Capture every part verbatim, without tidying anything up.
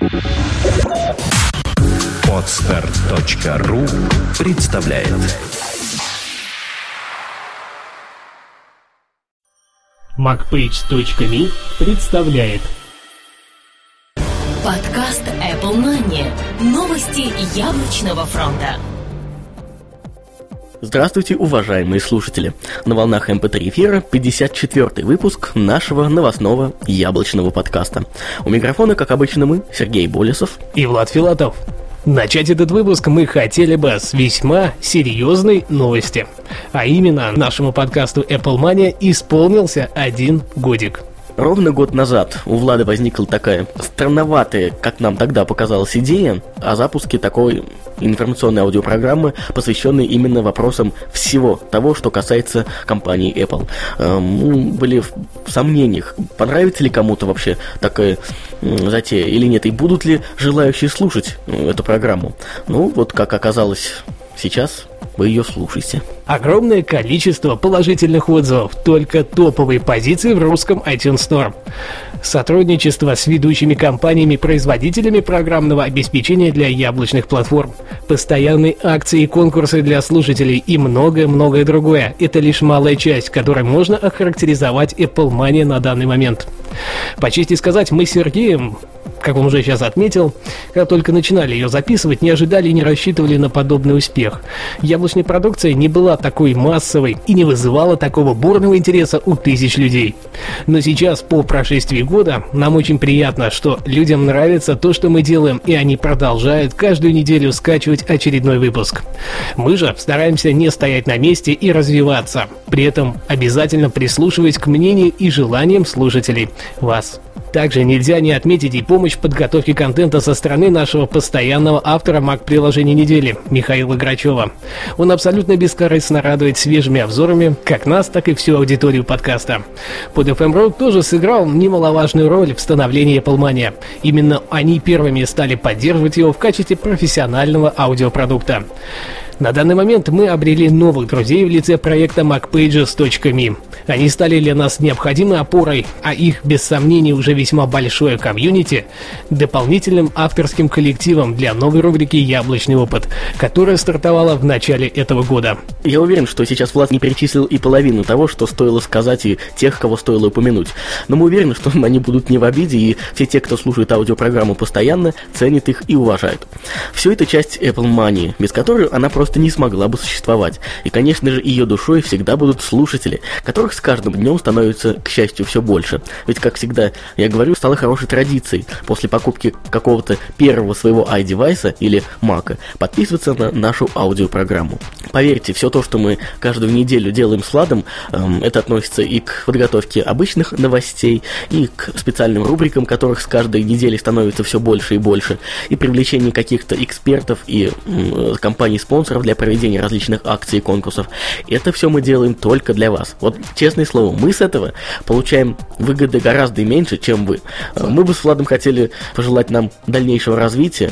Подстер точка ру представляет. макпейдж точка ми представляет подкаст Apple Money. Новости яблочного фронта. Здравствуйте, уважаемые слушатели! На волнах эм пэ три эфира пятьдесят четвёртый выпуск нашего новостного яблочного подкаста. У микрофона, как обычно, мы, Сергей Болесов и Влад Филатов. Начать этот выпуск мы хотели бы с весьма серьезной новости. А именно, нашему подкасту Apple Money исполнился один годик. Ровно год назад у Влада возникла такая странноватая, как нам тогда показалась, идея о запуске такой информационной аудиопрограммы, посвященной именно вопросам всего того, что касается компании Apple. Мы были в сомнениях, понравится ли кому-то вообще такая затея или нет, и будут ли желающие слушать эту программу. Ну, вот как оказалось сейчас, вы ее слушаете. Огромное количество положительных отзывов, только топовые позиции в русском iTunes Store. Сотрудничество с ведущими компаниями-производителями программного обеспечения для яблочных платформ, постоянные акции и конкурсы для слушателей и многое-многое другое. Это лишь малая часть, которой можно охарактеризовать Apple Money на данный момент. По чести сказать, мы с Сергеем, как он уже сейчас отметил, когда только начинали ее записывать, не ожидали и не рассчитывали на подобный успех. Яблочная продукция не была такой массовой и не вызывала такого бурного интереса у тысяч людей. Но сейчас, по прошествии года, нам очень приятно, что людям нравится то, что мы делаем, и они продолжают каждую неделю скачивать очередной выпуск. Мы же стараемся не стоять на месте и развиваться, при этом обязательно прислушиваясь к мнению и желаниям слушателей, вас. Также нельзя не отметить и помощь в подготовке контента со стороны нашего постоянного автора Mac-приложения недели, Михаила Грачева. Он абсолютно бескорыстно радует свежими обзорами как нас, так и всю аудиторию подкаста. Под эф эм точка ру тоже сыграл немаловажную роль в становлении Apple Money. Именно они первыми стали поддерживать его в качестве профессионального аудиопродукта. На данный момент мы обрели новых друзей в лице проекта мак пейджес точка ми. Они стали для нас необходимой опорой, а их, без сомнений, уже весьма большое комьюнити – дополнительным авторским коллективом для новой рубрики «Яблочный опыт», которая стартовала в начале этого года. Я уверен, что сейчас Влад не перечислил и половину того, что стоило сказать, и тех, кого стоило упомянуть. Но мы уверены, что они будут не в обиде, и все те, кто слушает аудиопрограмму постоянно, ценят их и уважают. Все это часть Apple Money, без которой она просто просто не смогла бы существовать. И, конечно же, ее душой всегда будут слушатели, которых с каждым днем становится, к счастью, все больше. Ведь, как всегда, я говорю, стало хорошей традицией после покупки какого-то первого своего iDevice или Mac подписываться на нашу аудиопрограмму. Поверьте, все то, что мы каждую неделю делаем с Владом, эм, это относится и к подготовке обычных новостей, и к специальным рубрикам, которых с каждой недели становится все больше и больше, и привлечению каких-то экспертов и м, компаний-спонсоров для проведения различных акций и конкурсов. Это все мы делаем только для вас. Вот, честное слово, мы с этого получаем выгоды гораздо меньше, чем вы. Мы бы с Владом хотели пожелать нам дальнейшего развития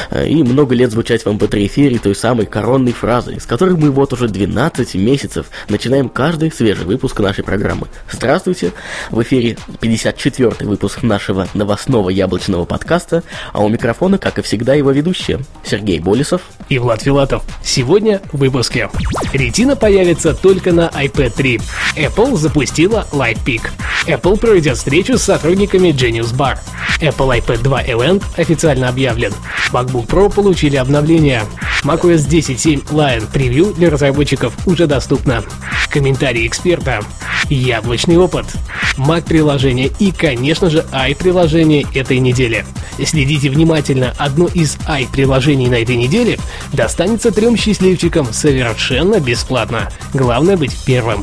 и много лет звучать в эм пэ три эфире той самой коронной фразой, с которой мы вот уже двенадцать месяцев начинаем каждый свежий выпуск нашей программы. Здравствуйте! В эфире пятьдесят четвёртый выпуск нашего новостного яблочного подкаста, а у микрофона, как и всегда, его ведущие Сергей Болесов и Влад Филатов. Сегодня в выпуске. Retina появится только на iPad три. Apple запустила Lightpeak. Apple проведет встречу с сотрудниками Genius Bar. Apple iPad два Event официально объявлен. MacBook Pro получили обновление. macOS десять точка семь Lion превью для разработчиков уже доступно. Комментарии эксперта. Яблочный опыт. Mac-приложение и, конечно же, i-приложение этой недели. Следите внимательно, одно из i-приложений на этой неделе достанется трем счастливчикам совершенно бесплатно. Главное быть первым.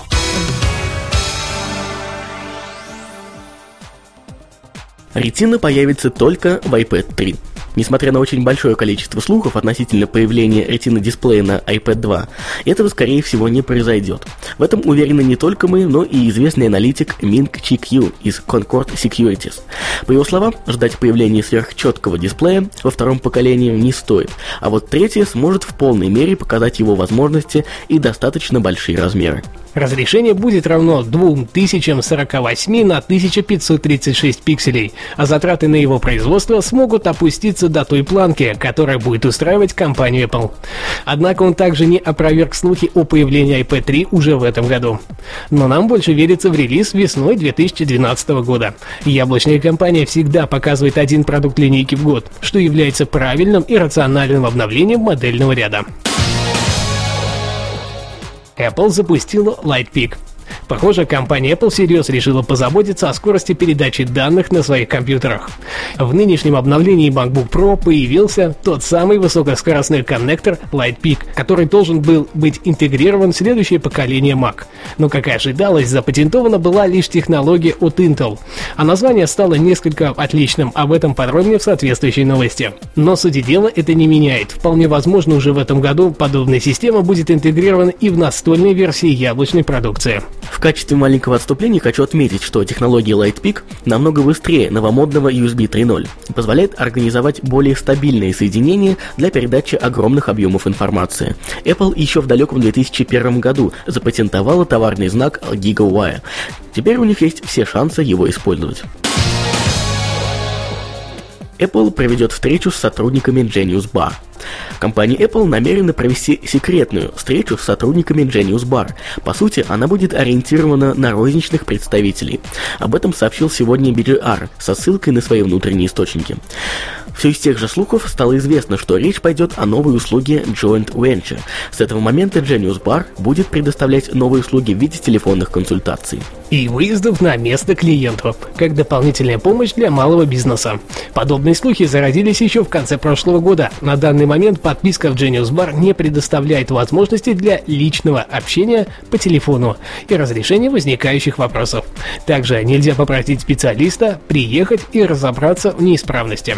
Retina появится только в iPad три. Несмотря на очень большое количество слухов относительно появления ретина-дисплея на айпэд два, этого, скорее всего, не произойдет. В этом уверены не только мы, но и известный аналитик Минг Чи Кью из Concord Securities. По его словам, ждать появления сверхчеткого дисплея во втором поколении не стоит, а вот третье сможет в полной мере показать его возможности и достаточно большие размеры. Разрешение будет равно две тысячи сорок восемь на тысяча пятьсот тридцать шесть пикселей, а затраты на его производство смогут опуститься до той планки, которая будет устраивать компанию Apple. Однако он также не опроверг слухи о появлении айпэд три уже в этом году. Но нам больше верится в релиз весной две тысячи двенадцатого года. Яблочная компания всегда показывает один продукт линейки в год, что является правильным и рациональным обновлением модельного ряда. Apple запустила Lightpeak. Похоже, компания Apple всерьез решила позаботиться о скорости передачи данных на своих компьютерах. В нынешнем обновлении MacBook Pro появился тот самый высокоскоростной коннектор Lightpeak, который должен был быть интегрирован в следующее поколение Mac. Но, как и ожидалось, запатентована была лишь технология от Intel, а название стало несколько отличным, об этом подробнее в соответствующей новости. Но, сути дела, это не меняет. Вполне возможно, уже в этом году подобная система будет интегрирована и в настольной версии яблочной продукции. В качестве маленького отступления хочу отметить, что технология Lightpeak намного быстрее новомодного ю эс би три ноль и позволяет организовать более стабильные соединения для передачи огромных объемов информации. Apple еще в далеком две тысячи первом году запатентовала товарный знак GigaWire. Теперь у них есть все шансы его использовать. Apple проведет встречу с сотрудниками Genius Bar. Компания Apple намерена провести секретную встречу с сотрудниками Genius Bar. По сути, она будет ориентирована на розничных представителей. Об этом сообщил сегодня би джи ар со ссылкой на свои внутренние источники. Все из тех же слухов стало известно, что речь пойдет о новой услуге Joint Venture. С этого момента Genius Bar будет предоставлять новые услуги в виде телефонных консультаций. И выездов на место клиентов, как дополнительная помощь для малого бизнеса. Подобные слухи зародились еще в конце прошлого года. На данный момент подписка в Genius Bar не предоставляет возможности для личного общения по телефону и разрешения возникающих вопросов. Также нельзя попросить специалиста приехать и разобраться в неисправности.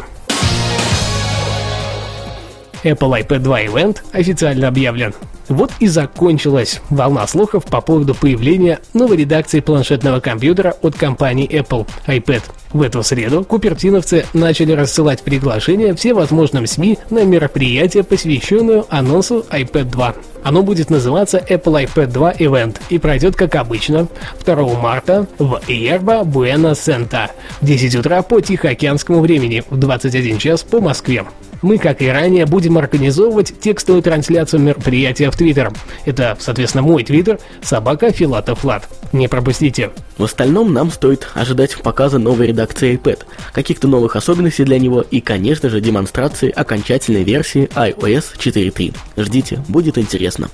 Apple айпэд два Event официально объявлен. Вот и закончилась волна слухов по поводу появления новой редакции планшетного компьютера от компании Apple iPad. В эту среду купертиновцы начали рассылать приглашения всевозможным СМИ на мероприятие, посвященное анонсу айпэд два. Оно будет называться Apple айпэд два Event и пройдет, как обычно, второго марта в Yerba Buena Center в десять утра по тихоокеанскому времени, в двадцать один час по Москве. Мы, как и ранее, будем организовывать текстовую трансляцию мероприятия в Твиттер. Это, соответственно, мой Твиттер, собака Филатов Влад. Не пропустите. В остальном нам стоит ожидать показа новой редакции iPad, каких-то новых особенностей для него и, конечно же, демонстрации окончательной версии ай о эс четыре точка три. Ждите, будет интересно.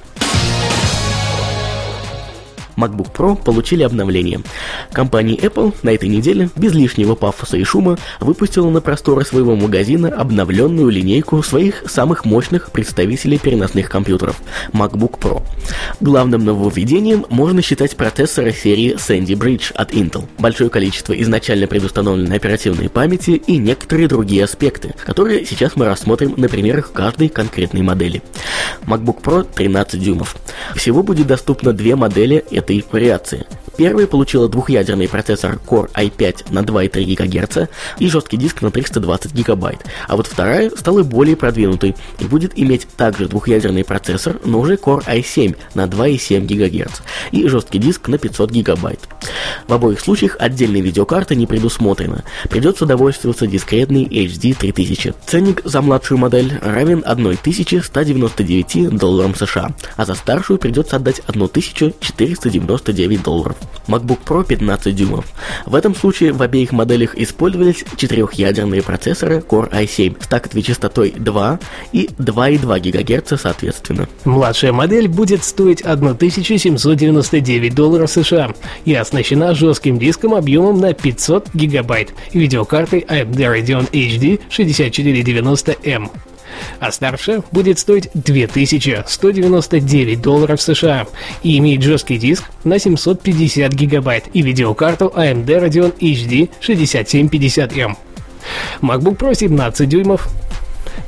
MacBook Pro получили обновление. Компания Apple на этой неделе, без лишнего пафоса и шума, выпустила на просторы своего магазина обновленную линейку своих самых мощных представителей переносных компьютеров – MacBook Pro. Главным нововведением можно считать процессоры серии Sandy Bridge от Intel, большое количество изначально предустановленной оперативной памяти и некоторые другие аспекты, которые сейчас мы рассмотрим на примерах каждой конкретной модели. MacBook Pro тринадцать дюймов. Всего будет доступно две модели этой вариации. Первая получила двухъядерный процессор Core ай пять на два и три гигагерца и жесткий диск на триста двадцать гигабайт, а вот вторая стала более продвинутой и будет иметь также двухъядерный процессор, но уже Core ай семь на два и семь гигагерца и жесткий диск на пятьсот гигабайт. В обоих случаях отдельной видеокарты не предусмотрено, придется довольствоваться дискретной эйч ди три тысячи. Ценник за младшую модель равен тысяче ста девяноста девяти долларам США, а за старшую придется отдать тысячу четыреста девяносто девять долларов. MacBook Pro пятнадцать дюймов. В этом случае в обеих моделях использовались четырехъядерные процессоры Core ай семь с тактовой частотой два и два и два гигагерца соответственно. Младшая модель будет стоить тысячу семьсот девяносто девять долларов США и оснащена жестким диском объемом на пятьсот гигабайт и видеокартой эй эм ди Radeon эйч ди шестьдесят четыре девяносто эм. А старшая будет стоить две тысячи сто девяносто девять долларов США и имеет жесткий диск на семьсот пятьдесят гигабайт и видеокарту эй эм ди Radeon эйч ди шестьдесят семь пятьдесят эм. MacBook Pro семнадцать дюймов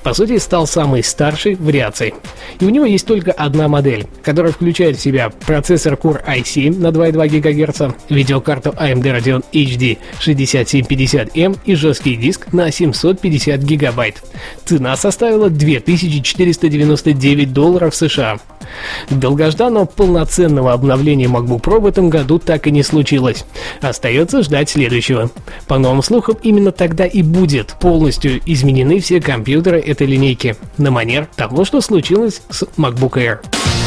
по сути, стал самой старшей вариацией. И у него есть только одна модель, которая включает в себя процессор Core ай семь на два и два гигагерца, видеокарту эй эм ди Radeon эйч ди шестьдесят семь пятьдесят эм и жесткий диск на семьсот пятьдесят гигабайт. Цена составила две тысячи четыреста девяносто девять долларов США. Долгожданного полноценного обновления MacBook Pro в этом году так и не случилось. Остается ждать следующего. По новым слухам, именно тогда и будет полностью изменены все компьютеры этой линейки, на манер того, что случилось с MacBook Air.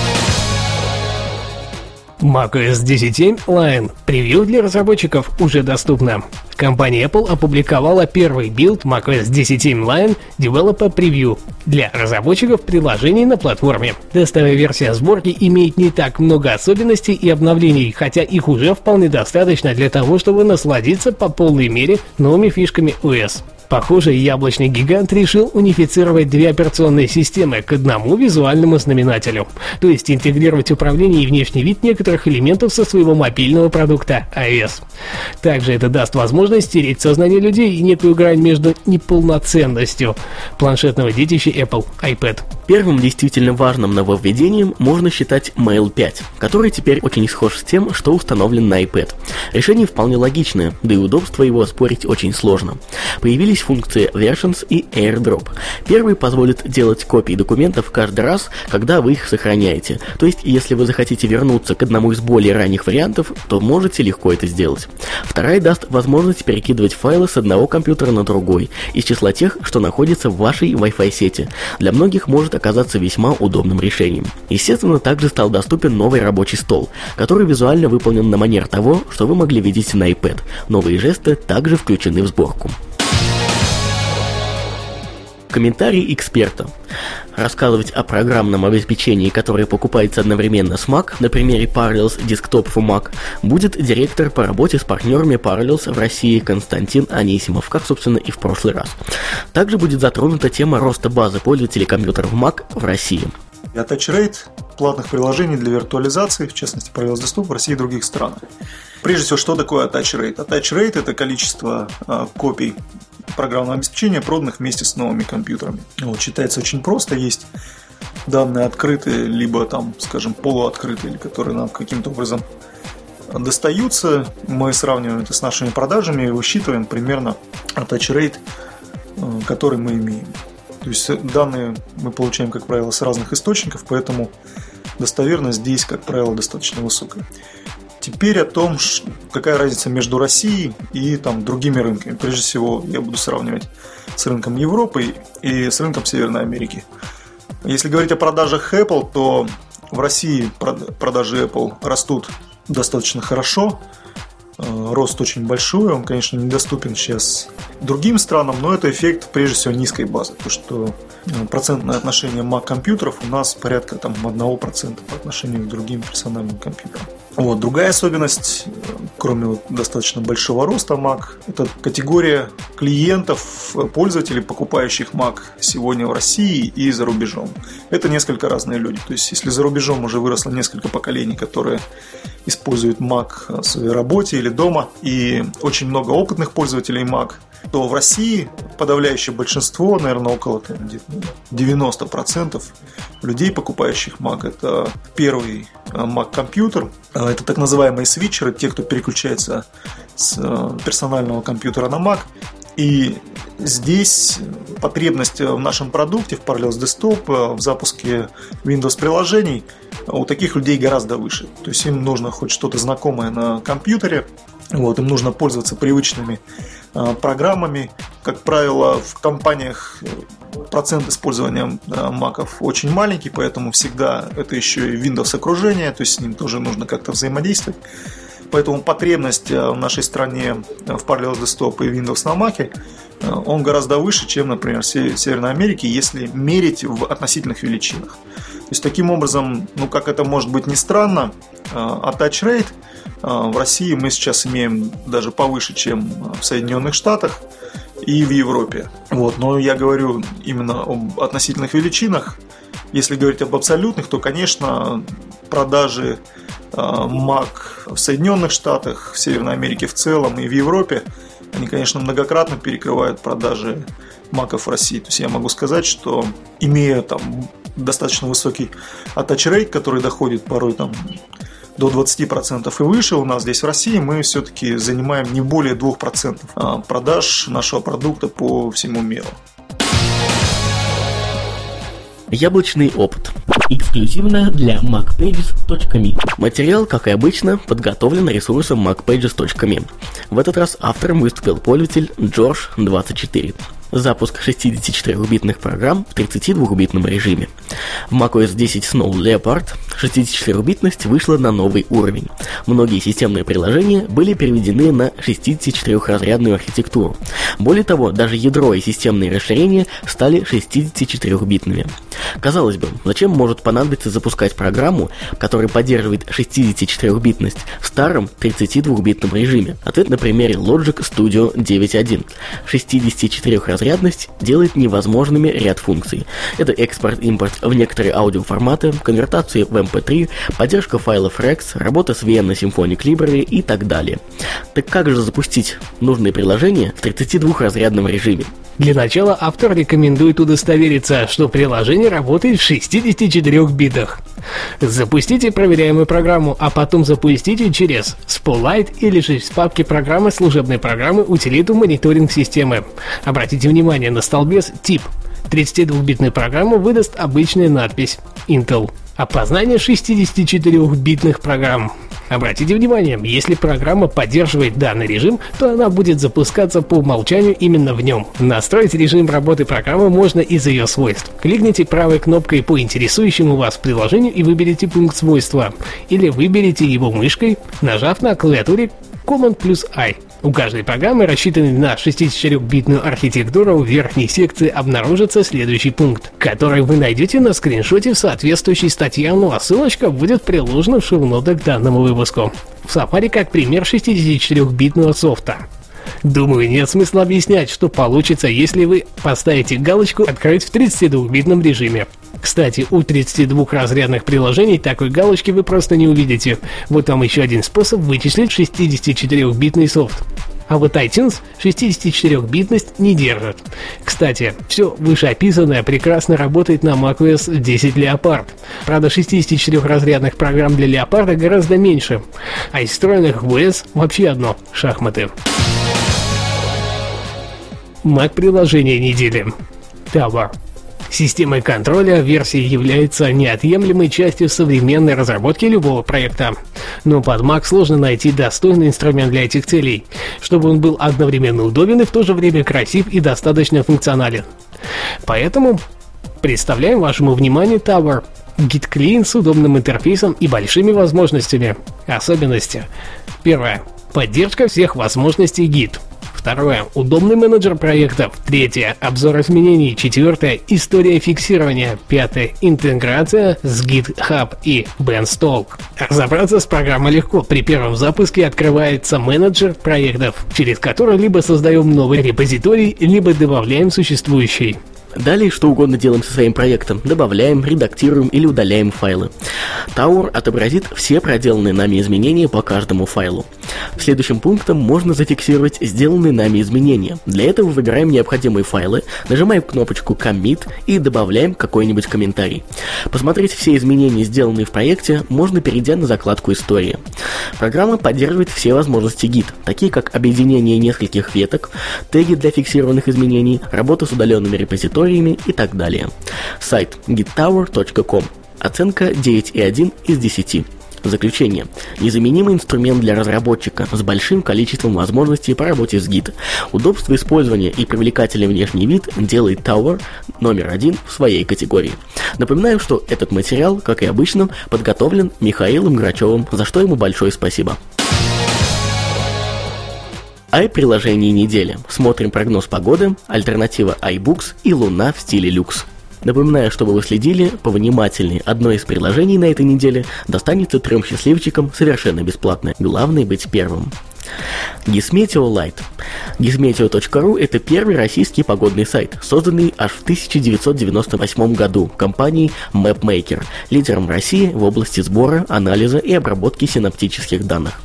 macOS десять точка семь Lion. Превью для разработчиков уже доступно. Компания Apple опубликовала первый билд macOS десять точка семь Lion Developer Preview для разработчиков приложений на платформе. Тестовая версия сборки имеет не так много особенностей и обновлений, хотя их уже вполне достаточно для того, чтобы насладиться по полной мере новыми фишками о эс. Похоже, яблочный гигант решил унифицировать две операционные системы к одному визуальному знаменателю, то есть интегрировать управление и внешний вид некоторых элементов со своего мобильного продукта iOS. Также это даст возможность стереть в сознании людей и некую грань между неполноценностью планшетного детища Apple iPad. Первым действительно важным нововведением можно считать Mail пять, который теперь очень схож с тем, что установлен на iPad. Решение вполне логичное, да и удобство его оспорить очень сложно. Появились функции Versions и AirDrop. Первый позволит делать копии документов каждый раз, когда вы их сохраняете. То есть, если вы захотите вернуться к одному из более ранних вариантов, то можете легко это сделать. Вторая даст возможность перекидывать файлы с одного компьютера на другой, из числа тех, что находятся в вашей Wi-Fi сети. Для многих может оказаться весьма удобным решением. Естественно, также стал доступен новый рабочий стол, который визуально выполнен на манер того, что вы могли видеть на iPad. Новые жесты также включены в сборку. Комментарий эксперта. Рассказывать о программном обеспечении, которое покупается одновременно с Mac, на примере Parallels Desktop for Mac, будет директор по работе с партнерами Parallels в России Константин Анисимов, как, собственно, и в прошлый раз. Также будет затронута тема роста базы пользователей компьютеров Mac в России. Attach Rate платных приложений для виртуализации, в частности, Parallels Desktop в России и других странах. Прежде всего, что такое Attach Rate? Attach Rate – это количество э, копий программного обеспечения, проданных вместе с новыми компьютерами. Вот, считается очень просто. Есть данные открытые, либо там, скажем, полуоткрытые, или которые нам каким-то образом достаются. Мы сравниваем это с нашими продажами и высчитываем примерно Attach Rate, э, который мы имеем. То есть данные мы получаем, как правило, с разных источников, поэтому достоверность здесь, как правило, достаточно высокая. Теперь о том, какая разница между Россией и там, другими рынками. Прежде всего, я буду сравнивать с рынком Европы и с рынком Северной Америки. Если говорить о продажах Apple, то в России продажи Apple растут достаточно хорошо. Рост очень большой, он, конечно, недоступен сейчас другим странам, но это эффект, прежде всего, низкой базы. Потому что процентное отношение Mac-компьютеров у нас порядка там, одного процента по отношению к другим персональным компьютерам. Вот. Другая особенность, кроме вот достаточно большого роста Mac, это категория клиентов, пользователей, покупающих Mac сегодня в России и за рубежом. Это несколько разные люди. То есть, если за рубежом уже выросло несколько поколений, которые используют Mac в своей работе или дома, и очень много опытных пользователей Mac, то в России подавляющее большинство, наверное, около девяносто процентов людей, покупающих Mac, это первый Mac-компьютер. Это так называемые свитчеры, те, кто переключается с персонального компьютера на Mac. И здесь потребность в нашем продукте, в Parallels Desktop, в запуске Windows-приложений у таких людей гораздо выше. То есть им нужно хоть что-то знакомое на компьютере, вот, им нужно пользоваться привычными э, программами. Как правило, в компаниях процент использования э, маков очень маленький, поэтому всегда это еще и Windows окружение, то есть с ним тоже нужно как-то взаимодействовать. Поэтому потребность в нашей стране в Parallels Desktop и Windows на Mac он гораздо выше, чем, например, в Северной Америке, если мерить в относительных величинах. То есть, таким образом, ну как это может быть ни странно, Attach Rate в России мы сейчас имеем даже повыше, чем в Соединенных Штатах и в Европе. Вот. Но я говорю именно об относительных величинах. Если говорить об абсолютных, то, конечно, продажи Mac в Соединенных Штатах, в Северной Америке в целом и в Европе, они, конечно, многократно перекрывают продажи маков в России. То есть я могу сказать, что имея там достаточно высокий attach rate, который доходит порой там до двадцать процентов и выше у нас здесь в России, мы все-таки занимаем не более двух процентов продаж нашего продукта по всему миру. Яблочный опыт. Эксклюзивно для мак пейджес точка ми. Материал, как и обычно, подготовлен ресурсом мак пейджес точка ми. В этот раз автором выступил пользователь Джордж двадцать четыре. Запуск шестидесятичетырёхбитных программ в тридцатидвухбитном режиме. В macOS десять Snow Leopard шестидесятичетырёхбитность вышла на новый уровень. Многие системные приложения были переведены на шестидесятичетырёхразрядную архитектуру. Более того, даже ядро и системные расширения стали шестидесятичетырёхбитными. Казалось бы, зачем может понадобиться запускать программу, которая поддерживает шестидесятичетырёхбитность в старом тридцатидвухбитном режиме? Ответ на примере Logic Studio девять точка один. шестидесятичетырёхразрядность делает невозможными ряд функций. Это экспорт-импорт в некоторые аудиоформаты, конвертация в эм пи три, поддержка файлов рекс, работа с ви эм на Symfonic Library и так далее. Так как же запустить нужные приложения в тридцатидвухразрядном режиме? Для начала автор рекомендует удостовериться, что приложение работает в шестидесяти четырёх битах. Запустите проверяемую программу, а потом запустите через Spotlight или же из папки программы служебной программы утилиту мониторинг системы. Обратите внимание на столбец тип. тридцатидвухбитную программу выдаст обычная надпись Intel. Опознание шестидесятичетырёхбитных программ. Обратите внимание, если программа поддерживает данный режим, то она будет запускаться по умолчанию именно в нем. Настроить режим работы программы можно из ее свойств. Кликните правой кнопкой по интересующему вас приложению и выберите пункт свойства. Или выберите его мышкой, нажав на клавиатуре Command плюс I. У каждой программы, рассчитанной на шестидесятичетырёхбитную архитектуру, в верхней секции обнаружится следующий пункт, который вы найдете на скриншоте в соответствующей статье, ну а ссылочка будет приложена в шоу-нотах к данному выпуску. В Safari как пример шестидесятичетырёхбитного софта. Думаю, нет смысла объяснять, что получится, если вы поставите галочку «Открыть в тридцатидвухбитном режиме». Кстати, у тридцатидвухразрядных приложений такой галочки вы просто не увидите. Вот вам еще один способ вычислить шестидесятичетырёхбитный софт. А вот iTunes шестидесятичетырёхбитность не держит. Кстати, все вышеописанное прекрасно работает на macOS десять Leopard. Правда, шестидесятичетырёхразрядных программ для Leopard гораздо меньше. А из встроенных в о эс вообще одно – шахматы. Mac-приложение недели. Tower. Система контроля версии является неотъемлемой частью современной разработки любого проекта. Но под Mac сложно найти достойный инструмент для этих целей, чтобы он был одновременно удобен и в то же время красив и достаточно функционален. Поэтому представляем вашему вниманию Tower. Git-клиент с удобным интерфейсом и большими возможностями. Особенности. Первое. Поддержка всех возможностей Git. Второе. Удобный менеджер проектов. Третье. Обзор изменений. Четвертое. История фиксирования. Пятое. Интеграция с GitHub и Beanstalk. Разобраться с программой легко. При первом запуске открывается менеджер проектов, через который либо создаем новый репозиторий, либо добавляем существующий. Далее что угодно делаем со своим проектом. Добавляем, редактируем или удаляем файлы. Tower отобразит все проделанные нами изменения по каждому файлу. Следующим пунктом можно зафиксировать сделанные нами изменения. Для этого выбираем необходимые файлы, нажимаем кнопочку Commit и добавляем какой-нибудь комментарий. Посмотреть все изменения, сделанные в проекте, можно, перейдя на закладку «История». Программа поддерживает все возможности Git, такие как объединение нескольких веток, теги для фиксированных изменений, работа с удаленными репозиториями и так далее. Сайт git tower точка ком. Оценка девять и один из десяти. Заключение. Незаменимый инструмент для разработчика с большим количеством возможностей по работе с Git. Удобство использования и привлекательный внешний вид делает Tower номер один в своей категории. Напоминаю, что этот материал, как и обычно, подготовлен Михаилом Грачевым, за что ему большое спасибо. i-приложение недели. Смотрим прогноз погоды, альтернатива iBooks и Луна в стиле люкс. Напоминаю, чтобы вы следили повнимательнее. Одно из приложений на этой неделе достанется трем счастливчикам совершенно бесплатно. Главное быть первым. Gizmeteo Lite. Gizmeteo точка ру – это первый российский погодный сайт, созданный аж в тысяча девятьсот девяносто восьмом году компанией MapMaker, лидером России в области сбора, анализа и обработки синоптических данных.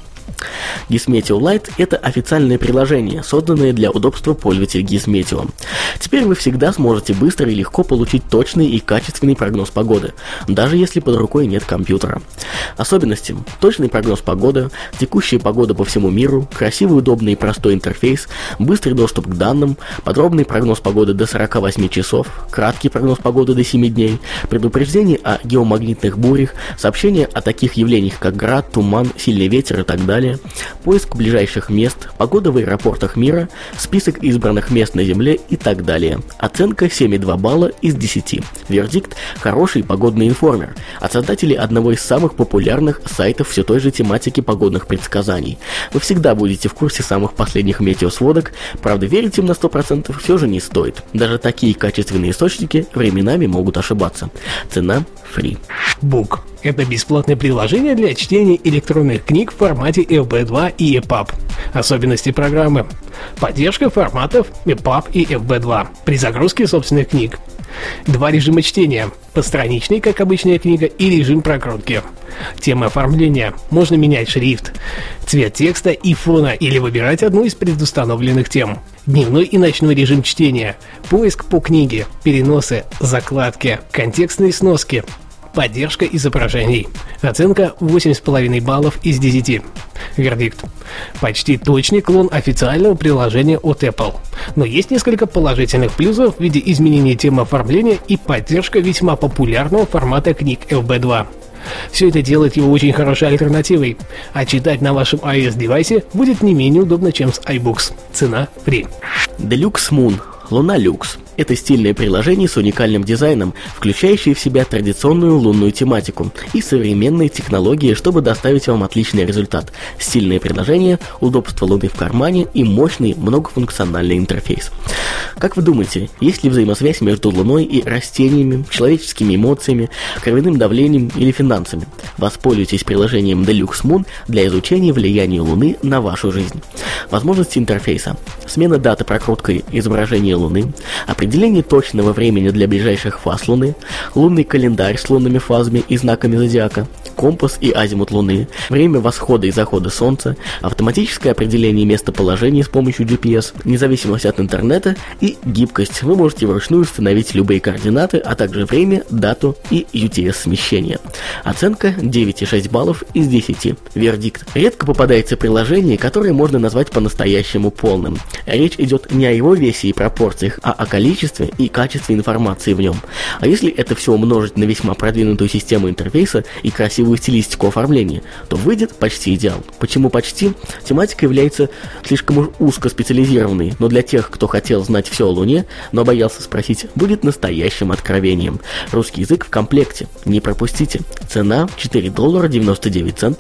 Gizmeteo Lite – это официальное приложение, созданное для удобства пользователей Gizmeteo. Теперь вы всегда сможете быстро и легко получить точный и качественный прогноз погоды, даже если под рукой нет компьютера. Особенности – точный прогноз погоды, текущая погода по всему миру, красивый, удобный и простой интерфейс, быстрый доступ к данным, подробный прогноз погоды до сорока восьми часов, краткий прогноз погоды до семи дней, предупреждение о геомагнитных бурях, сообщения о таких явлениях, как град, туман, сильный ветер и так далее, поиск ближайших мест, погода в аэропортах мира, список избранных мест на Земле и так далее. Оценка семь и два балла из десяти. Вердикт – хороший погодный информер от создателей одного из самых популярных сайтов все той же тематики погодных предсказаний. Вы всегда будете в курсе самых последних метеосводок, правда верить им на сто процентов все же не стоит. Даже такие качественные источники временами могут ошибаться. Цена – free. Book – это бесплатное приложение для чтения электронных книг в формате эф би два и и паб. Особенности программы. Поддержка форматов и паб и эф би два при загрузке собственных книг. Два режима чтения. Постраничный, как обычная книга, и режим прокрутки. Тема оформления. Можно менять шрифт, цвет текста и фона или выбирать одну из предустановленных тем. Дневной и ночной режим чтения. Поиск по книге, переносы, закладки, контекстные сноски. Поддержка изображений. Оценка восемь с половиной баллов из десяти. Вердикт. Почти точный клон официального приложения от Apple. Но есть несколько положительных плюсов в виде изменения темы оформления и поддержка весьма популярного формата книг эф би два. Все это делает его очень хорошей альтернативой, а читать на вашем iOS-девайсе будет не менее удобно, чем с iBooks. Цена free. Deluxe Moon. Луна Люкс. Это стильное приложение с уникальным дизайном, включающее в себя традиционную лунную тематику и современные технологии, чтобы доставить вам отличный результат. Стильное приложение, удобство Луны в кармане и мощный многофункциональный интерфейс. Как вы думаете, есть ли взаимосвязь между Луной и растениями, человеческими эмоциями, кровяным давлением или финансами? Воспользуйтесь приложением Deluxe Moon для изучения влияния Луны на вашу жизнь. Возможности интерфейса. Смена даты прокруткой изображения Луны, определение точного времени для ближайших фаз Луны, лунный календарь с лунными фазами и знаками зодиака, компас и азимут Луны, время восхода и захода Солнца, автоматическое определение местоположения с помощью джи пи эс, независимость от интернета и гибкость. Вы можете вручную установить любые координаты, а также время, дату и ю ти эс-смещение. Оценка девять и шесть баллов из десяти. Вердикт. Редко попадается приложение, которое можно назвать по-настоящему полным. Речь идет не о его весе и пропорциях, а о количестве и качестве информации в нем. А если это все умножить на весьма продвинутую систему интерфейса и красивую стилистику оформления, то выйдет почти идеал. Почему почти? Тематика является слишком уж узко специализированной, но для тех, кто хотел знать все о Луне, но боялся спросить, будет настоящим откровением. Русский язык в комплекте. Не пропустите. Цена четыре доллара девяносто девять центов